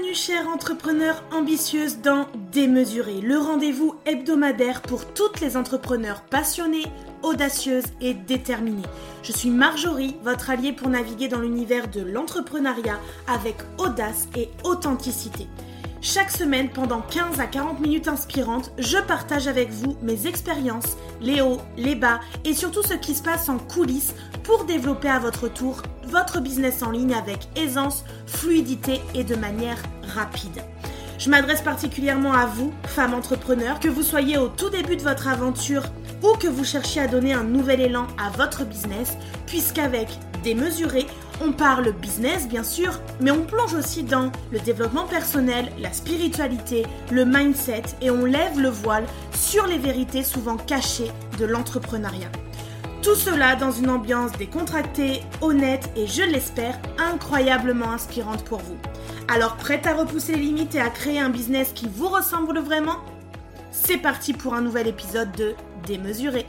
Bienvenue chères entrepreneurs ambitieuses dans Démesuré, le rendez-vous hebdomadaire pour toutes les entrepreneurs passionnées, audacieuses et déterminées. Je suis Marjorie, votre alliée pour naviguer dans l'univers de l'entrepreneuriat avec audace et authenticité. Chaque semaine, pendant 15 à 40 minutes inspirantes, je partage avec vous mes expériences, les hauts, les bas et surtout ce qui se passe en coulisses pour développer à votre tour votre business en ligne avec aisance, fluidité et de manière rapide. Je m'adresse particulièrement à vous, femmes entrepreneurs, que vous soyez au tout début de votre aventure ou que vous cherchiez à donner un nouvel élan à votre business, puisqu'avec Démesuré, on parle business bien sûr, mais on plonge aussi dans le développement personnel, la spiritualité, le mindset et on lève le voile sur les vérités souvent cachées de l'entrepreneuriat. Tout cela dans une ambiance décontractée, honnête et je l'espère incroyablement inspirante pour vous. Alors prête à repousser les limites et à créer un business qui vous ressemble vraiment ? C'est parti pour un nouvel épisode de Démesuré.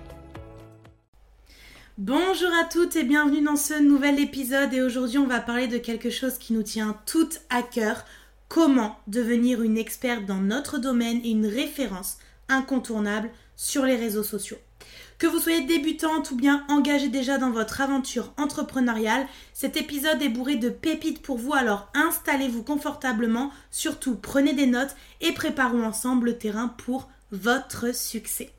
Bonjour à toutes et bienvenue dans ce nouvel épisode et aujourd'hui on va parler de quelque chose qui nous tient toutes à cœur, comment devenir une experte dans notre domaine et une référence incontournable sur les réseaux sociaux. Que vous soyez débutante ou bien engagée déjà dans votre aventure entrepreneuriale, cet épisode est bourré de pépites pour vous, alors installez-vous confortablement, surtout prenez des notes et préparons ensemble le terrain pour votre succès.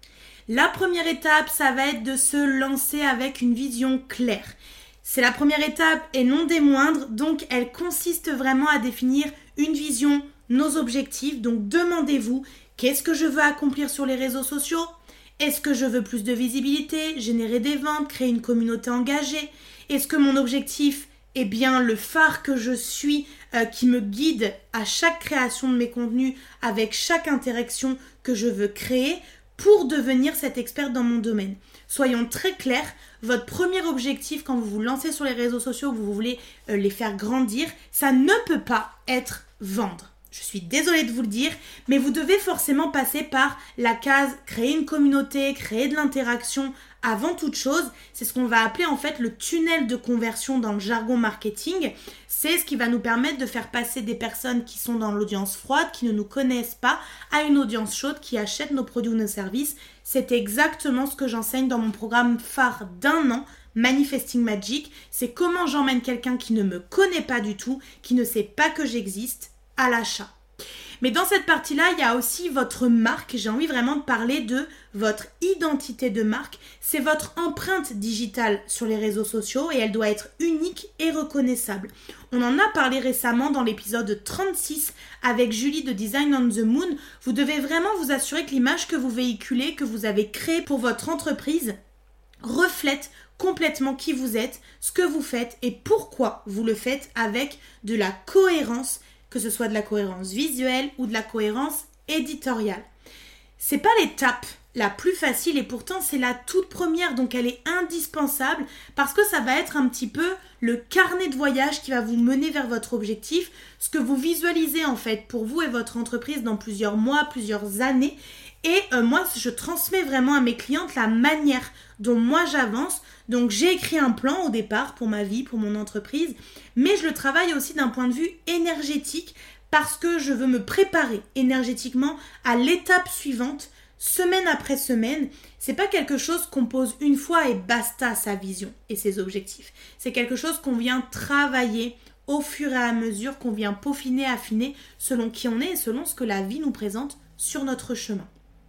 La première étape, ça va être de se lancer avec une vision claire. C'est la première étape et non des moindres, donc elle consiste vraiment à définir une vision, nos objectifs. Donc demandez-vous, qu'est-ce que je veux accomplir sur les réseaux sociaux ? Est-ce que je veux plus de visibilité, générer des ventes, créer une communauté engagée ? Est-ce que mon objectif est bien le phare que je suis qui me guide à chaque création de mes contenus avec chaque interaction que je veux créer ? Pour devenir cette experte dans mon domaine. Soyons très clairs, votre premier objectif quand vous vous lancez sur les réseaux sociaux, vous voulez les faire grandir, ça ne peut pas être vendre. Je suis désolée de vous le dire, mais vous devez forcément passer par la case créer une communauté, créer de l'interaction avant toute chose. C'est ce qu'on va appeler en fait le tunnel de conversion dans le jargon marketing. C'est ce qui va nous permettre de faire passer des personnes qui sont dans l'audience froide, qui ne nous connaissent pas, à une audience chaude qui achète nos produits ou nos services. C'est exactement ce que j'enseigne dans mon programme phare d'1 an, Manifesting Magic. C'est comment j'emmène quelqu'un qui ne me connaît pas du tout, qui ne sait pas que j'existe, à l'achat. Mais dans cette partie-là, il y a aussi votre marque. J'ai envie vraiment de parler de votre identité de marque. C'est votre empreinte digitale sur les réseaux sociaux et elle doit être unique et reconnaissable. On en a parlé récemment dans l'épisode 36 avec Julie de Design on the Moon. Vous devez vraiment vous assurer que l'image que vous véhiculez, que vous avez créée pour votre entreprise, reflète complètement qui vous êtes, ce que vous faites et pourquoi vous le faites avec de la cohérence, que ce soit de la cohérence visuelle ou de la cohérence éditoriale. C'est pas l'étape la plus facile et pourtant c'est la toute première, donc elle est indispensable parce que ça va être un petit peu le carnet de voyage qui va vous mener vers votre objectif, ce que vous visualisez en fait pour vous et votre entreprise dans plusieurs mois, plusieurs années. Et moi, je transmets vraiment à mes clientes la manière dont moi j'avance. Donc, j'ai écrit un plan au départ pour ma vie, pour mon entreprise, mais je le travaille aussi d'un point de vue énergétique parce que je veux me préparer énergétiquement à l'étape suivante, semaine après semaine. C'est pas quelque chose qu'on pose une fois et basta sa vision et ses objectifs. C'est quelque chose qu'on vient travailler au fur et à mesure, qu'on vient peaufiner, affiner selon qui on est et selon ce que la vie nous présente sur notre chemin.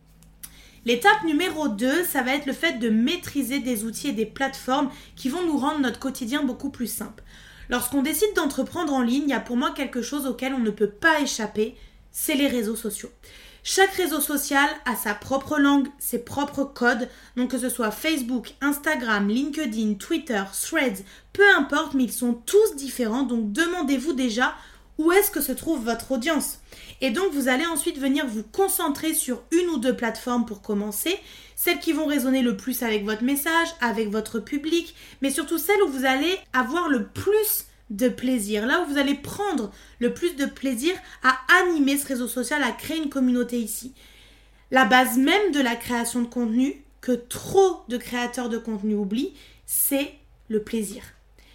L'étape numéro 2, ça va être le fait de maîtriser des outils et des plateformes qui vont nous rendre notre quotidien beaucoup plus simple. Lorsqu'on décide d'entreprendre en ligne, il y a pour moi quelque chose auquel on ne peut pas échapper, c'est les réseaux sociaux. Chaque réseau social a sa propre langue, ses propres codes, donc que ce soit Facebook, Instagram, LinkedIn, Twitter, Threads, peu importe, mais ils sont tous différents, donc demandez-vous déjà où est-ce que se trouve votre audience. Et donc, vous allez ensuite venir vous concentrer sur une ou deux plateformes pour commencer, celles qui vont résonner le plus avec votre message, avec votre public, mais surtout celles où vous allez avoir le plus de plaisir, là où vous allez prendre le plus de plaisir à animer ce réseau social, à créer une communauté ici. La base même de la création de contenu, que trop de créateurs de contenu oublient, c'est le plaisir.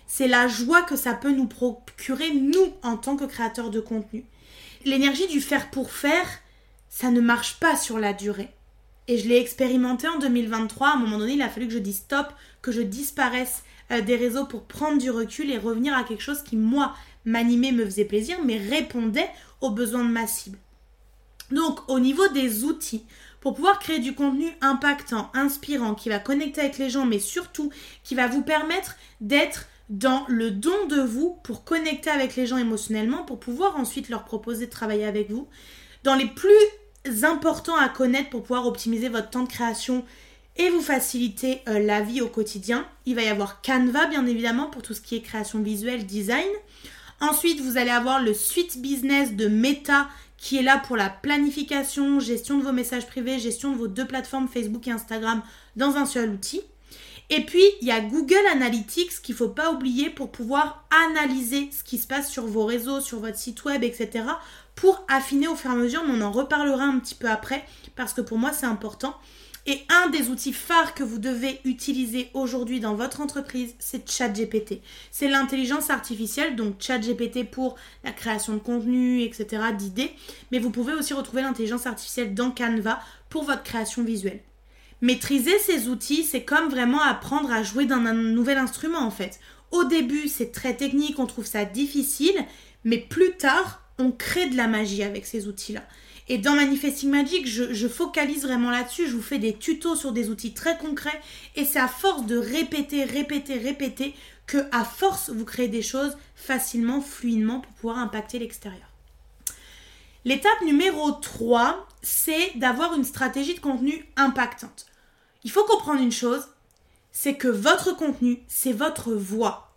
c'est la joie que ça peut nous procurer, nous, en tant que créateurs de contenu. L'énergie du faire pour faire, ça ne marche pas sur la durée. Et je l'ai expérimenté en 2023. À un moment donné, il a fallu que je dise stop, que je disparaisse des réseaux pour prendre du recul et revenir à quelque chose qui, moi, m'animait, me faisait plaisir, mais répondait aux besoins de ma cible. Donc, au niveau des outils, pour pouvoir créer du contenu impactant, inspirant, qui va connecter avec les gens, mais surtout qui va vous permettre d'être dans le don de vous pour connecter avec les gens émotionnellement, pour pouvoir ensuite leur proposer de travailler avec vous, dans les plus importants à connaître pour pouvoir optimiser votre temps de création et vous faciliter la vie au quotidien. Il va y avoir Canva, bien évidemment, pour tout ce qui est création visuelle, design. Ensuite, vous allez avoir le Suite Business de Meta qui est là pour la planification, gestion de vos messages privés, gestion de vos 2 plateformes Facebook et Instagram dans un seul outil. Et puis, il y a Google Analytics qu'il ne faut pas oublier pour pouvoir analyser ce qui se passe sur vos réseaux, sur votre site web, etc. pour affiner au fur et à mesure, mais on en reparlera un petit peu après parce que pour moi, c'est important. Et un des outils phares que vous devez utiliser aujourd'hui dans votre entreprise, c'est ChatGPT. C'est l'intelligence artificielle, donc ChatGPT pour la création de contenu, etc., d'idées. Mais vous pouvez aussi retrouver l'intelligence artificielle dans Canva pour votre création visuelle. Maîtriser ces outils, c'est comme vraiment apprendre à jouer d'un nouvel instrument en fait. Au début, c'est très technique, on trouve ça difficile, mais plus tard, on crée de la magie avec ces outils-là. Et dans Manifesting Magic, je focalise vraiment là-dessus. Je vous fais des tutos sur des outils très concrets. Et c'est à force de répéter, que à force, vous créez des choses facilement, fluidement pour pouvoir impacter l'extérieur. L'étape numéro 3, c'est d'avoir une stratégie de contenu impactante. Il faut comprendre une chose, c'est que votre contenu, c'est votre voix,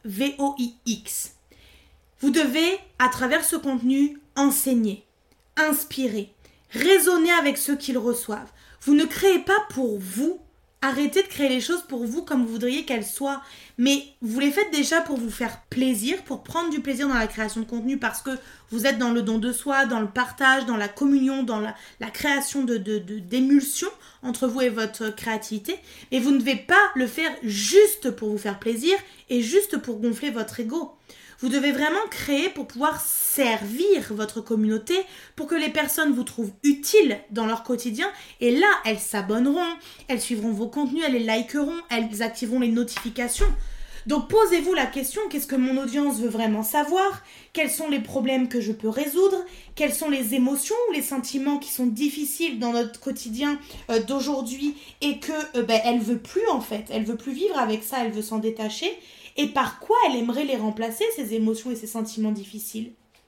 VOIX. Vous devez, à travers ce contenu, enseigner, inspirer, raisonner avec ceux qui le reçoivent. Vous ne créez pas pour vous. Arrêtez de créer les choses pour vous comme vous voudriez qu'elles soient. Mais vous les faites déjà pour vous faire plaisir, pour prendre du plaisir dans la création de contenu parce que vous êtes dans le don de soi, dans le partage, dans la communion, dans la création d'émulsion entre vous et votre créativité. Mais vous ne devez pas le faire juste pour vous faire plaisir et juste pour gonfler votre ego. Vous devez vraiment créer pour pouvoir servir votre communauté, pour que les personnes vous trouvent utiles dans leur quotidien. Et là, elles s'abonneront, elles suivront vos contenus, elles les likeront, elles activeront les notifications. Donc posez-vous la question, qu'est-ce que mon audience veut vraiment savoir? Quels sont les problèmes que je peux résoudre? Quelles sont les émotions ou les sentiments qui sont difficiles dans notre quotidien d'aujourd'hui et que elle veut plus en fait, elle veut plus vivre avec ça, elle veut s'en détacher? Et par quoi elle aimerait les remplacer, ces émotions et ces sentiments difficiles.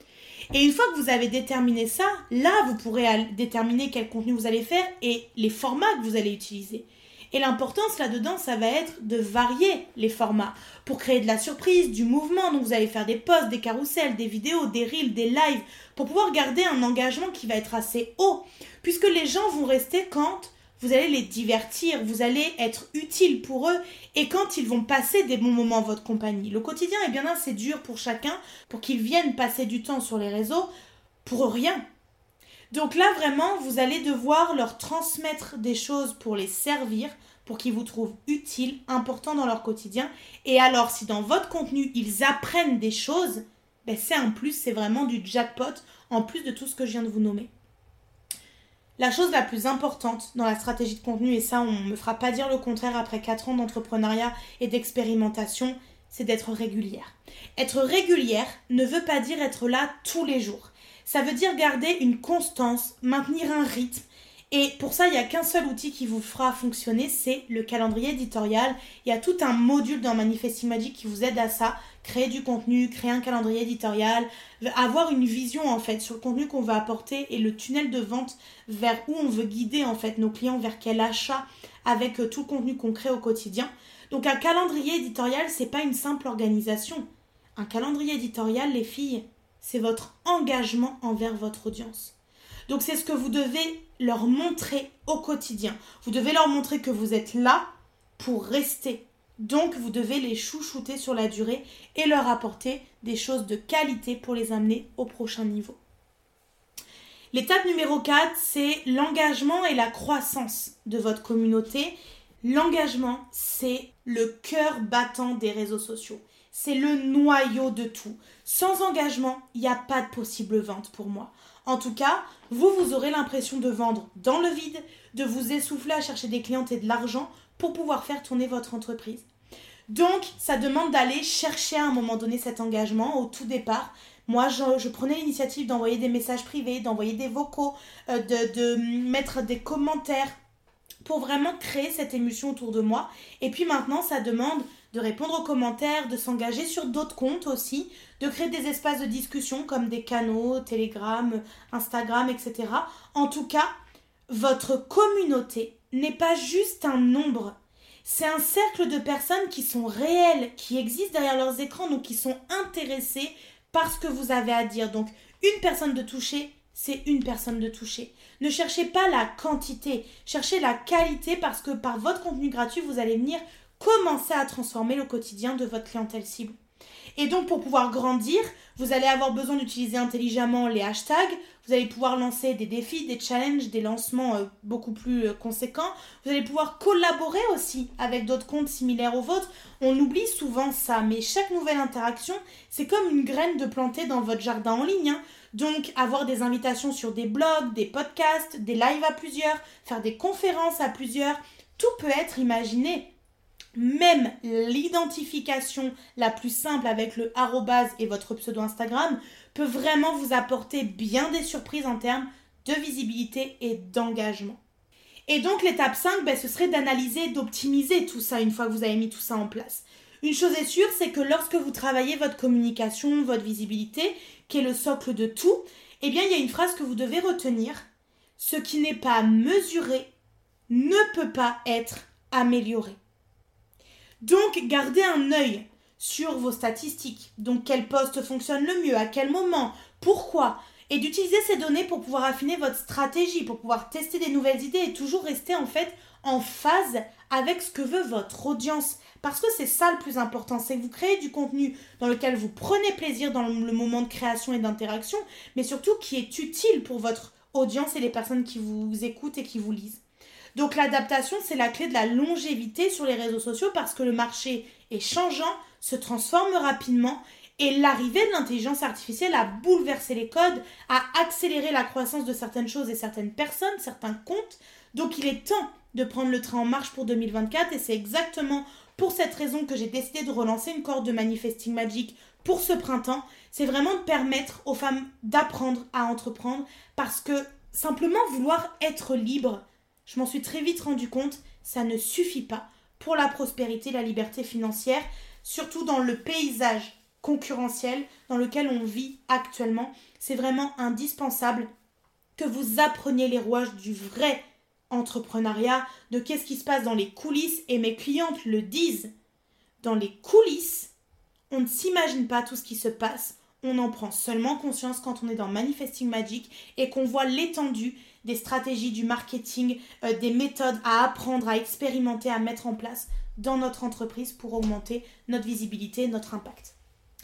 Et une fois que vous avez déterminé ça, là, vous pourrez déterminer quel contenu vous allez faire et les formats que vous allez utiliser. Et l'importance là-dedans, ça va être de varier les formats pour créer de la surprise, du mouvement. Donc vous allez faire des posts, des carousels, des vidéos, des reels, des lives pour pouvoir garder un engagement qui va être assez haut. Puisque les gens vont rester quand vous allez les divertir, vous allez être utile pour eux et quand ils vont passer des bons moments en votre compagnie. Le quotidien est bien assez dur pour chacun pour qu'ils viennent passer du temps sur les réseaux pour rien. Donc là, vraiment, vous allez devoir leur transmettre des choses pour les servir, pour qu'ils vous trouvent utiles, importants dans leur quotidien. Et alors, si dans votre contenu, ils apprennent des choses, c'est un plus, c'est vraiment du jackpot, en plus de tout ce que je viens de vous nommer. La chose la plus importante dans la stratégie de contenu, et ça, on ne me fera pas dire le contraire après 4 ans d'entrepreneuriat et d'expérimentation, c'est d'être régulière. Être régulière ne veut pas dire être là tous les jours. Ça veut dire garder une constance, maintenir un rythme. Et pour ça, il n'y a qu'un seul outil qui vous fera fonctionner, c'est le calendrier éditorial. Il y a tout un module dans Manifesting Magic qui vous aide à ça. Créer du contenu, créer un calendrier éditorial, avoir une vision en fait sur le contenu qu'on va apporter et le tunnel de vente vers où on veut guider en fait nos clients, vers quel achat avec tout le contenu qu'on crée au quotidien. Donc un calendrier éditorial, c'est pas une simple organisation. Un calendrier éditorial, les filles, c'est votre engagement envers votre audience. Donc c'est ce que vous devez leur montrer au quotidien. Vous devez leur montrer que vous êtes là pour rester. Donc vous devez les chouchouter sur la durée et leur apporter des choses de qualité pour les amener au prochain niveau. L'étape numéro 4, c'est l'engagement et la croissance de votre communauté. L'engagement, c'est le cœur battant des réseaux sociaux. c'est le noyau de tout. Sans engagement, il n'y a pas de possible vente pour moi. En tout cas, vous aurez l'impression de vendre dans le vide, de vous essouffler à chercher des clientes et de l'argent pour pouvoir faire tourner votre entreprise. Donc, ça demande d'aller chercher à un moment donné cet engagement au tout départ. Moi, je prenais l'initiative d'envoyer des messages privés, d'envoyer des vocaux, de mettre des commentaires pour vraiment créer cette émulsion autour de moi. Et puis maintenant, ça demande de répondre aux commentaires, de s'engager sur d'autres comptes aussi, de créer des espaces de discussion comme des canaux, Telegram, Instagram, etc. En tout cas, votre communauté n'est pas juste un nombre. C'est un cercle de personnes qui sont réelles, qui existent derrière leurs écrans, donc qui sont intéressées par ce que vous avez à dire. Donc, une personne de toucher, c'est une personne de toucher. Ne cherchez pas la quantité, cherchez la qualité parce que par votre contenu gratuit, vous allez venir commencer à transformer le quotidien de votre clientèle cible. Et donc, pour pouvoir grandir, vous allez avoir besoin d'utiliser intelligemment les hashtags. Vous allez pouvoir lancer des défis, des challenges, des lancements beaucoup plus conséquents. Vous allez pouvoir collaborer aussi avec d'autres comptes similaires aux vôtres. On oublie souvent ça, mais chaque nouvelle interaction, c'est comme une graine de planter dans votre jardin en ligne. Donc, avoir des invitations sur des blogs, des podcasts, des lives à plusieurs, faire des conférences à plusieurs, tout peut être imaginé. Même l'identification la plus simple avec le arrobase et votre pseudo Instagram peut vraiment vous apporter bien des surprises en termes de visibilité et d'engagement. Et donc l'étape 5, ce serait d'analyser, d'optimiser tout ça une fois que vous avez mis tout ça en place. Une chose est sûre, c'est que lorsque vous travaillez votre communication, votre visibilité, qui est le socle de tout, il y a une phrase que vous devez retenir. Ce qui n'est pas mesuré ne peut pas être amélioré. Donc, gardez un œil sur vos statistiques. Donc, quel poste fonctionne le mieux, à quel moment, pourquoi. Et d'utiliser ces données pour pouvoir affiner votre stratégie, pour pouvoir tester des nouvelles idées et toujours rester en phase avec ce que veut votre audience. Parce que c'est ça le plus important, c'est que vous créez du contenu dans lequel vous prenez plaisir dans le moment de création et d'interaction, mais surtout qui est utile pour votre audience et les personnes qui vous écoutent et qui vous lisent. Donc l'adaptation, c'est la clé de la longévité sur les réseaux sociaux parce que le marché est changeant, se transforme rapidement et l'arrivée de l'intelligence artificielle a bouleversé les codes, a accéléré la croissance de certaines choses et certaines personnes, certains comptes. Donc il est temps de prendre le train en marche pour 2024 et c'est exactement pour cette raison que j'ai décidé de relancer une cohorte de Manifesting Magic pour ce printemps. C'est vraiment de permettre aux femmes d'apprendre à entreprendre parce que simplement vouloir être libre, je m'en suis très vite rendu compte, ça ne suffit pas pour la prospérité, la liberté financière, surtout dans le paysage concurrentiel dans lequel on vit actuellement. C'est vraiment indispensable que vous appreniez les rouages du vrai entrepreneuriat, de qu'est-ce qui se passe dans les coulisses, et mes clientes le disent. Dans les coulisses, on ne s'imagine pas tout ce qui se passe, on en prend seulement conscience quand on est dans Manifesting Magic et qu'on voit l'étendue des stratégies, du marketing, des méthodes à apprendre, à expérimenter, à mettre en place dans notre entreprise pour augmenter notre visibilité, notre impact.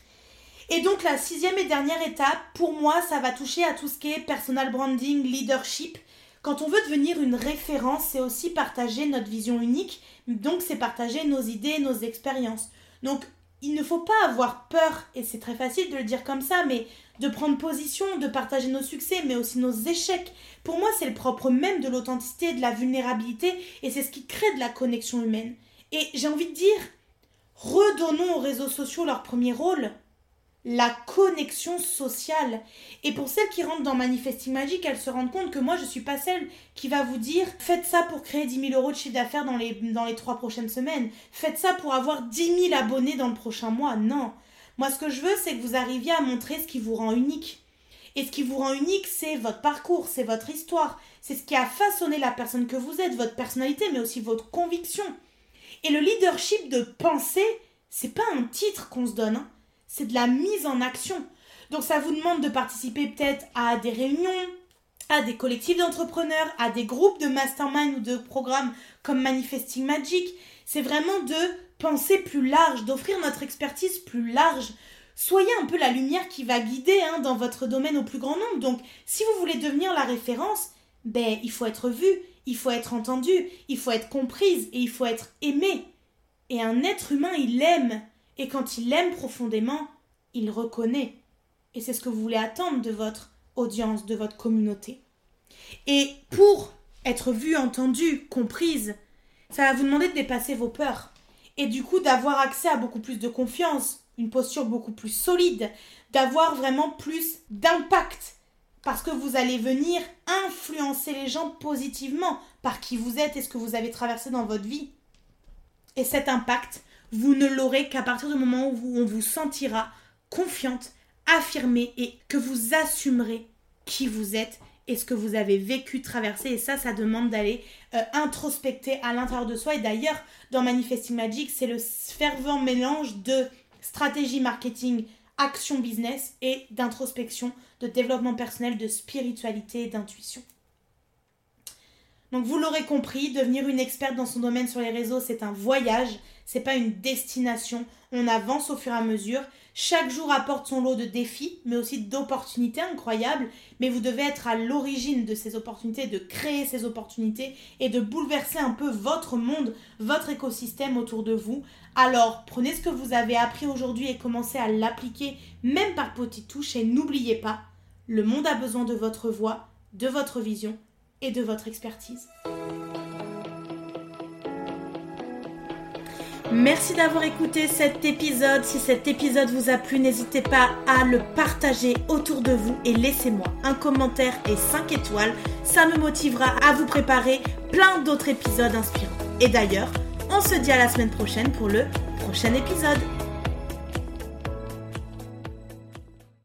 Et donc la 6e et dernière étape, pour moi, ça va toucher à tout ce qui est personal branding, leadership. Quand on veut devenir une référence, c'est aussi partager notre vision unique, donc c'est partager nos idées, nos expériences. Donc il ne faut pas avoir peur, et c'est très facile de le dire comme ça, mais de prendre position, de partager nos succès, mais aussi nos échecs. Pour moi, c'est le propre même de l'authenticité, de la vulnérabilité, et c'est ce qui crée de la connexion humaine. Et j'ai envie de dire, redonnons aux réseaux sociaux leur premier rôle, la connexion sociale. Et pour celles qui rentrent dans Manifesting Magic, elles se rendent compte que moi, je ne suis pas celle qui va vous dire « Faites ça pour créer 10 000 € de chiffre d'affaires dans les 3 prochaines semaines. Faites ça pour avoir 10 000 abonnés dans le prochain mois. » Non. Moi, ce que je veux, c'est que vous arriviez à montrer ce qui vous rend unique. Et ce qui vous rend unique, c'est votre parcours, c'est votre histoire. C'est ce qui a façonné la personne que vous êtes, votre personnalité, mais aussi votre conviction. Et le leadership de pensée, c'est pas un titre qu'on se donne, c'est de la mise en action. Donc ça vous demande de participer peut-être à des réunions, à des collectifs d'entrepreneurs, à des groupes de mastermind ou de programmes comme Manifesting Magic. C'est vraiment de penser plus large, d'offrir notre expertise plus large. Soyez un peu la lumière qui va guider dans votre domaine au plus grand nombre. Donc si vous voulez devenir la référence, il faut être vu, il faut être entendu, il faut être comprise et il faut être aimé. Et un être humain, il aime. Et quand il aime profondément, il reconnaît. Et c'est ce que vous voulez attendre de votre audience, de votre communauté. Et pour être vue, entendue, comprise, ça va vous demander de dépasser vos peurs. Et du coup, d'avoir accès à beaucoup plus de confiance, une posture beaucoup plus solide, d'avoir vraiment plus d'impact. Parce que vous allez venir influencer les gens positivement par qui vous êtes et ce que vous avez traversé dans votre vie. Et cet impact, vous ne l'aurez qu'à partir du moment où on vous sentira confiante, affirmée et que vous assumerez qui vous êtes et ce que vous avez vécu, traversé. Et ça demande d'aller introspecter à l'intérieur de soi. Et d'ailleurs, dans Manifesting Magic, c'est le fervent mélange de stratégie marketing, action business et d'introspection, de développement personnel, de spiritualité et d'intuition. Donc vous l'aurez compris, devenir une experte dans son domaine sur les réseaux, c'est un voyage, c'est pas une destination. On avance au fur et à mesure. Chaque jour apporte son lot de défis, mais aussi d'opportunités incroyables. Mais vous devez être à l'origine de ces opportunités, de créer ces opportunités et de bouleverser un peu votre monde, votre écosystème autour de vous. Alors, prenez ce que vous avez appris aujourd'hui et commencez à l'appliquer, même par petites touches. Et n'oubliez pas, le monde a besoin de votre voix, de votre vision et de votre expertise. Merci d'avoir écouté cet épisode. Si cet épisode vous a plu, n'hésitez pas à le partager autour de vous et laissez-moi un commentaire et 5 étoiles. Ça me motivera à vous préparer plein d'autres épisodes inspirants. Et d'ailleurs, on se dit à la semaine prochaine pour le prochain épisode.